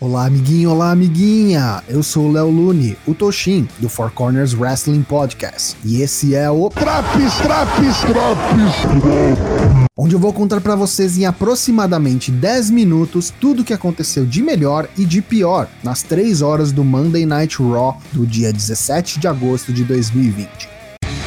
Olá, amiguinho, olá, amiguinha! Eu sou o Léo Lune, o Toshin, do Four Corners Wrestling Podcast. E esse é o Traps! Onde eu vou contar pra vocês em aproximadamente 10 minutos tudo o que aconteceu de melhor e de pior nas 3 horas do Monday Night Raw do dia 17 de agosto de 2020.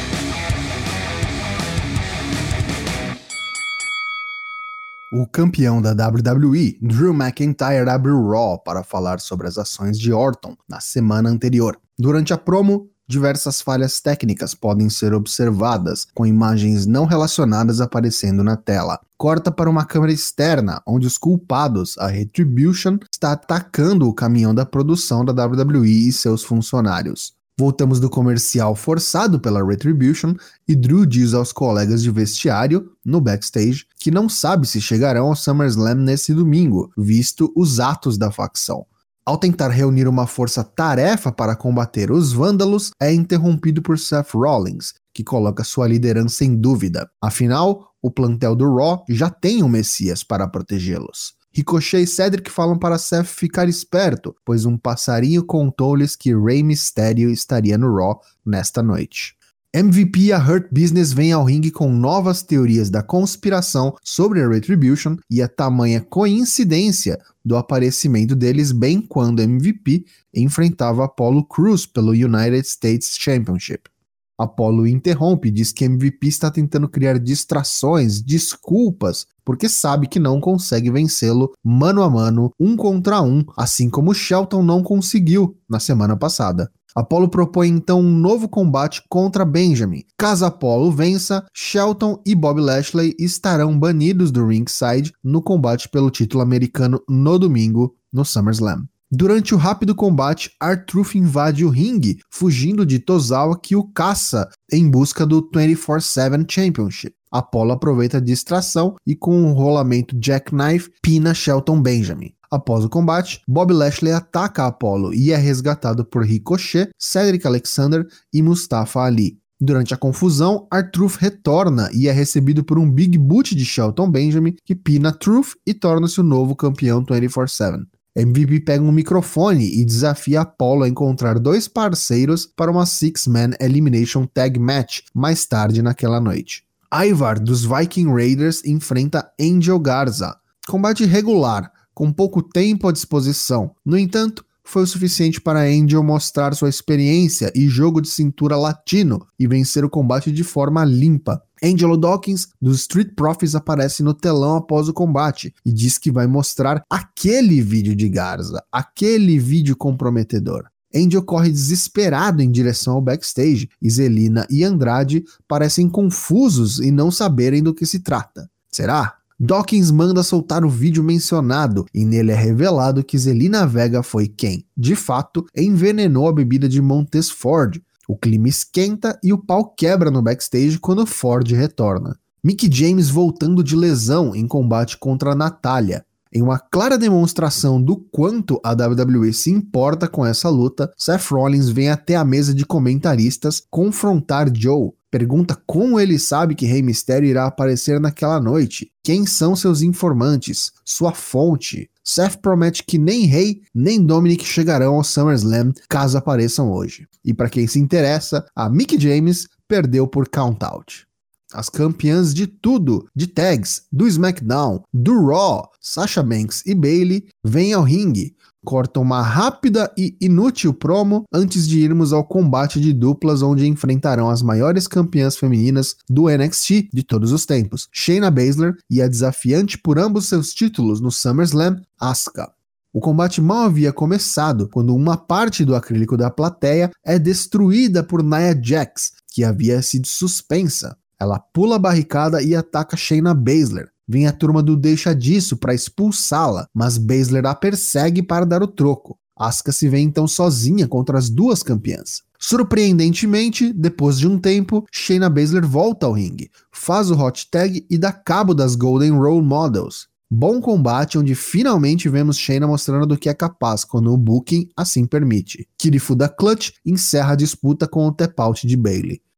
O campeão da WWE, Drew McIntyre, abre o Raw para falar sobre as ações de Orton na semana anterior. Durante a promo, diversas falhas técnicas podem ser observadas, com imagens não relacionadas aparecendo na tela. Corta para uma câmera externa, onde os culpados, a Retribution, está atacando o caminhão da produção da WWE e seus funcionários. Voltamos do comercial forçado pela Retribution e Drew diz aos colegas de vestiário, no backstage, que não sabe se chegarão ao SummerSlam nesse domingo, visto os atos da facção. Ao tentar reunir uma força-tarefa para combater os vândalos, é interrompido por Seth Rollins, que coloca sua liderança em dúvida. Afinal, o plantel do Raw já tem um Messias para protegê-los. Ricochet e Cedric falam para Seth ficar esperto, pois um passarinho contou-lhes que Rey Mysterio estaria no Raw nesta noite. MVP e a Hurt Business vêm ao ringue com novas teorias da conspiração sobre a Retribution e a tamanha coincidência do aparecimento deles bem quando MVP enfrentava Apollo Crews pelo United States Championship. Apollo interrompe e diz que MVP está tentando criar distrações, desculpas, porque sabe que não consegue vencê-lo mano a mano, 1 contra 1, assim como Shelton não conseguiu na semana passada. Apollo propõe então um novo combate contra Benjamin. Caso Apollo vença, Shelton e Bobby Lashley estarão banidos do ringside no combate pelo título americano no domingo, no SummerSlam. Durante o rápido combate, R-Truth invade o ringue, fugindo de Tozawa que o caça em busca do 24/7 Championship. Apollo aproveita a distração e com um rolamento jackknife, pina Shelton Benjamin. Após o combate, Bobby Lashley ataca Apollo e é resgatado por Ricochet, Cedric Alexander e Mustafa Ali. Durante a confusão, R-Truth retorna e é recebido por um Big Boot de Shelton Benjamin, que pina Truth e torna-se o novo campeão 24/7. MVP pega um microfone e desafia Apollo a encontrar 2 parceiros para uma 6-Man Elimination Tag Match mais tarde naquela noite. Ivar, dos Viking Raiders, enfrenta Angel Garza. Combate regular, com pouco tempo à disposição. No entanto, foi o suficiente para Angel mostrar sua experiência e jogo de cintura latino e vencer o combate de forma limpa. Angelo Dawkins, dos Street Profits, aparece no telão após o combate e diz que vai mostrar aquele vídeo de Garza, aquele vídeo comprometedor. Angel corre desesperado em direção ao backstage e Zelina e Andrade parecem confusos e não saberem do que se trata. Será? Dawkins manda soltar o vídeo mencionado e nele é revelado que Zelina Vega foi quem, de fato, envenenou a bebida de Montez Ford. O clima esquenta e o pau quebra no backstage quando Ford retorna. Mickie James voltando de lesão em combate contra Natalya. Em uma clara demonstração do quanto a WWE se importa com essa luta, Seth Rollins vem até a mesa de comentaristas confrontar Joe. Pergunta como ele sabe que Rey Mysterio irá aparecer naquela noite, quem são seus informantes, sua fonte. Seth promete que nem Rey nem Dominic chegarão ao SummerSlam caso apareçam hoje. E para quem se interessa, a Mickie James perdeu por countout. As campeãs de tudo, de tags, do SmackDown, do Raw, Sasha Banks e Bayley, vêm ao ringue, cortam uma rápida e inútil promo antes de irmos ao combate de duplas onde enfrentarão as maiores campeãs femininas do NXT de todos os tempos, Shayna Baszler e a desafiante por ambos seus títulos no SummerSlam, Asuka. O combate mal havia começado quando uma parte do acrílico da plateia é destruída por Nia Jax, que havia sido suspensa. Ela pula a barricada e ataca Shayna Baszler. Vem a turma do Deixa Disso para expulsá-la, mas Baszler a persegue para dar o troco. Asuka se vê então sozinha contra as duas campeãs. Surpreendentemente, depois de um tempo, Shayna Baszler volta ao ringue, faz o hot tag e dá cabo das Golden Role Models. Bom combate onde finalmente vemos Shayna mostrando do que é capaz quando o booking assim permite. Kirifuda Clutch encerra a disputa com o tap out de Bayley.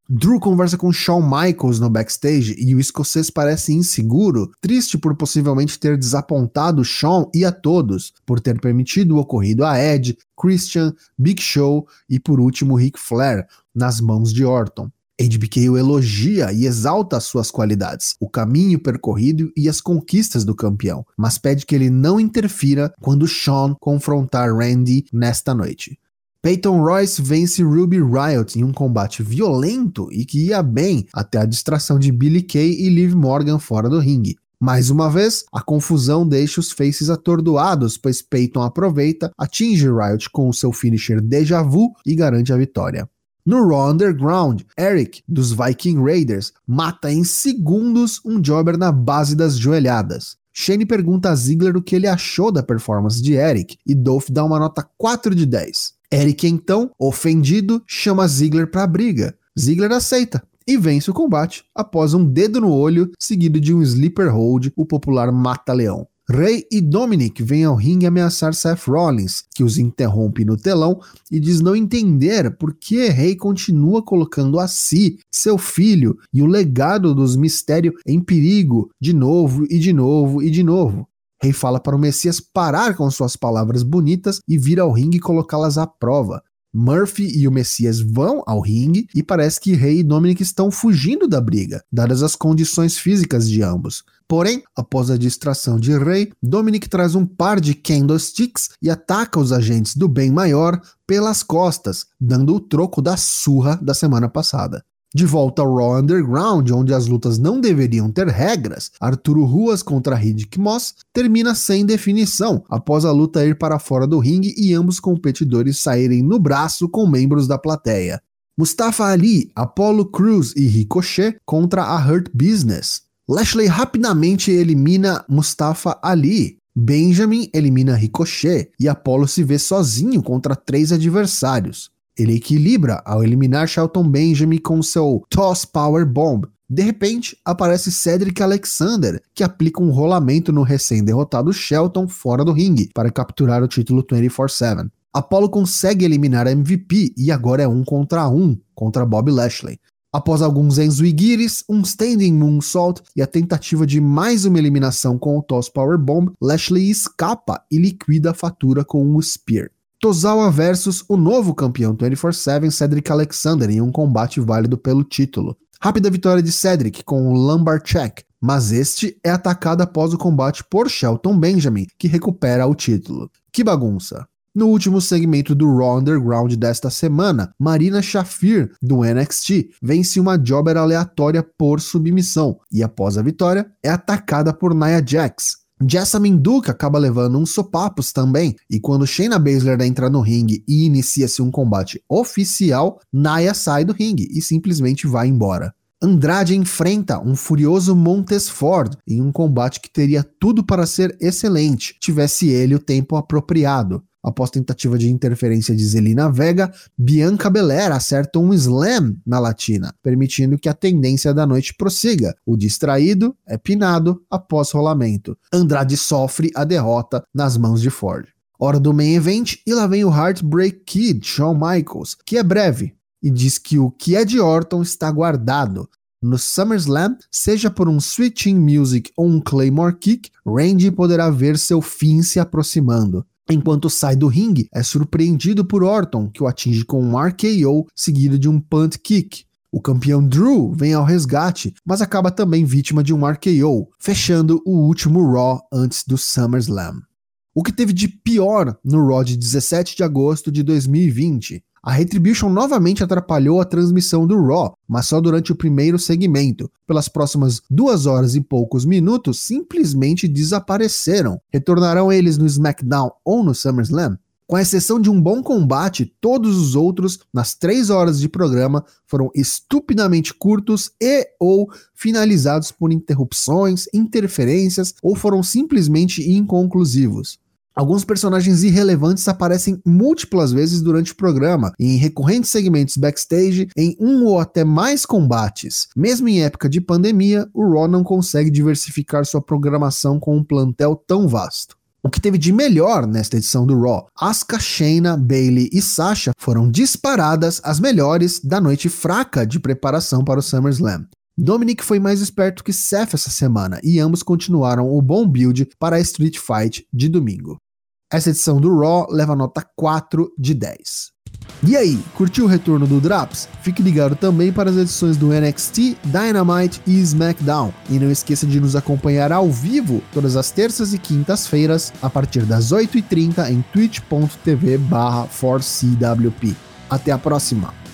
Drew conversa com Shawn Michaels no backstage e o escocês parece inseguro, triste por possivelmente ter desapontado Shawn e a todos, por ter permitido o ocorrido a Edge, Christian, Big Show e por último Ric Flair, nas mãos de Orton. HBK o elogia e exalta as suas qualidades, o caminho percorrido e as conquistas do campeão, mas pede que ele não interfira quando Shawn confrontar Randy nesta noite. Peyton Royce vence Ruby Riott em um combate violento e que ia bem até a distração de Billie Kay e Liv Morgan fora do ringue. Mais uma vez, a confusão deixa os faces atordoados, pois Peyton aproveita, atinge Riott com o seu finisher Deja Vu e garante a vitória. No Raw Underground, Eric, dos Viking Raiders, mata em segundos um jobber na base das joelhadas. Shane pergunta a Ziggler o que ele achou da performance de Eric e Dolph dá uma nota 4 de 10. Eric, então, ofendido, chama Ziggler para a briga. Ziggler aceita e vence o combate após um dedo no olho seguido de um sleeper hold, o popular mata-leão. Rey e Dominic vêm ao ringue ameaçar Seth Rollins, que os interrompe no telão e diz não entender por que Rey continua colocando a si, seu filho e o legado dos Mistério em perigo de novo e de novo e de novo. Rey fala para o Messias parar com suas palavras bonitas e vir ao ringue e colocá-las à prova. Murphy e o Messias vão ao ringue e parece que Rey e Dominic estão fugindo da briga, dadas as condições físicas de ambos. Porém, após a distração de Rey, Dominic traz um par de candlesticks e ataca os agentes do bem maior pelas costas, dando o troco da surra da semana passada. De volta ao Raw Underground, onde as lutas não deveriam ter regras, Arturo Ruas contra Riddick Moss termina sem definição, após a luta ir para fora do ringue e ambos competidores saírem no braço com membros da plateia. Mustafa Ali, Apollo Crews e Ricochet contra a Hurt Business. Lashley rapidamente elimina Mustafa Ali. Benjamin elimina Ricochet e Apollo se vê sozinho contra 3 adversários. Ele equilibra ao eliminar Shelton Benjamin com seu Toss Power Bomb. De repente, aparece Cedric Alexander, que aplica um rolamento no recém-derrotado Shelton fora do ringue para capturar o título 24/7. Apollo consegue eliminar a MVP e agora é 1 contra Bobby Lashley. Após alguns Enzuigiris, um Standing Moonsault e a tentativa de mais uma eliminação com o Toss Power Bomb, Lashley escapa e liquida a fatura com um Spear. Tozawa versus o novo campeão 24/7 Cedric Alexander em um combate válido pelo título. Rápida vitória de Cedric com o Lumbar Check, mas este é atacado após o combate por Shelton Benjamin, que recupera o título. Que bagunça! No último segmento do Raw Underground desta semana, Marina Shafir, do NXT, vence uma jobber aleatória por submissão e após a vitória é atacada por Nia Jax. Jessamine Duke acaba levando uns sopapos também, e quando Shayna Baszler entra no ringue e inicia-se um combate oficial, Nia sai do ringue e simplesmente vai embora. Andrade enfrenta um furioso Montez Ford em um combate que teria tudo para ser excelente, tivesse ele o tempo apropriado. Após tentativa de interferência de Zelina Vega, Bianca Belair acerta um slam na latina, permitindo que a tendência da noite prossiga. O distraído é pinado após rolamento. Andrade sofre a derrota nas mãos de Ford. Hora do main event e lá vem o Heartbreak Kid, Shawn Michaels, que é breve e diz que o que é de Orton está guardado. No SummerSlam, seja por um Switching Music ou um Claymore Kick, Randy poderá ver seu fim se aproximando. Enquanto sai do ringue, é surpreendido por Orton, que o atinge com um RKO seguido de um punt kick. O campeão Drew vem ao resgate, mas acaba também vítima de um RKO, fechando o último Raw antes do SummerSlam. O que teve de pior no Raw de 17 de agosto de 2020? A Retribution novamente atrapalhou a transmissão do Raw, mas só durante o primeiro segmento. Pelas próximas 2 horas e poucos minutos, simplesmente desapareceram. Retornarão eles no SmackDown ou no SummerSlam? Com exceção de um bom combate, todos os outros, nas 3 horas de programa, foram estupidamente curtos e ou finalizados por interrupções, interferências ou foram simplesmente inconclusivos. Alguns personagens irrelevantes aparecem múltiplas vezes durante o programa, em recorrentes segmentos backstage, em um ou até mais combates. Mesmo em época de pandemia, o Raw não consegue diversificar sua programação com um plantel tão vasto. O que teve de melhor nesta edição do Raw? Asuka, Shayna, Bayley e Sasha foram disparadas as melhores da noite fraca de preparação para o SummerSlam. Dominic foi mais esperto que Seth essa semana e ambos continuaram o bom build para a Street Fight de domingo. Essa edição do Raw leva nota 4 de 10. E aí, curtiu o retorno do Draps? Fique ligado também para as edições do NXT, Dynamite e SmackDown. E não esqueça de nos acompanhar ao vivo todas as terças e quintas-feiras a partir das 8h30 em twitch.tv/4CWP. Até a próxima!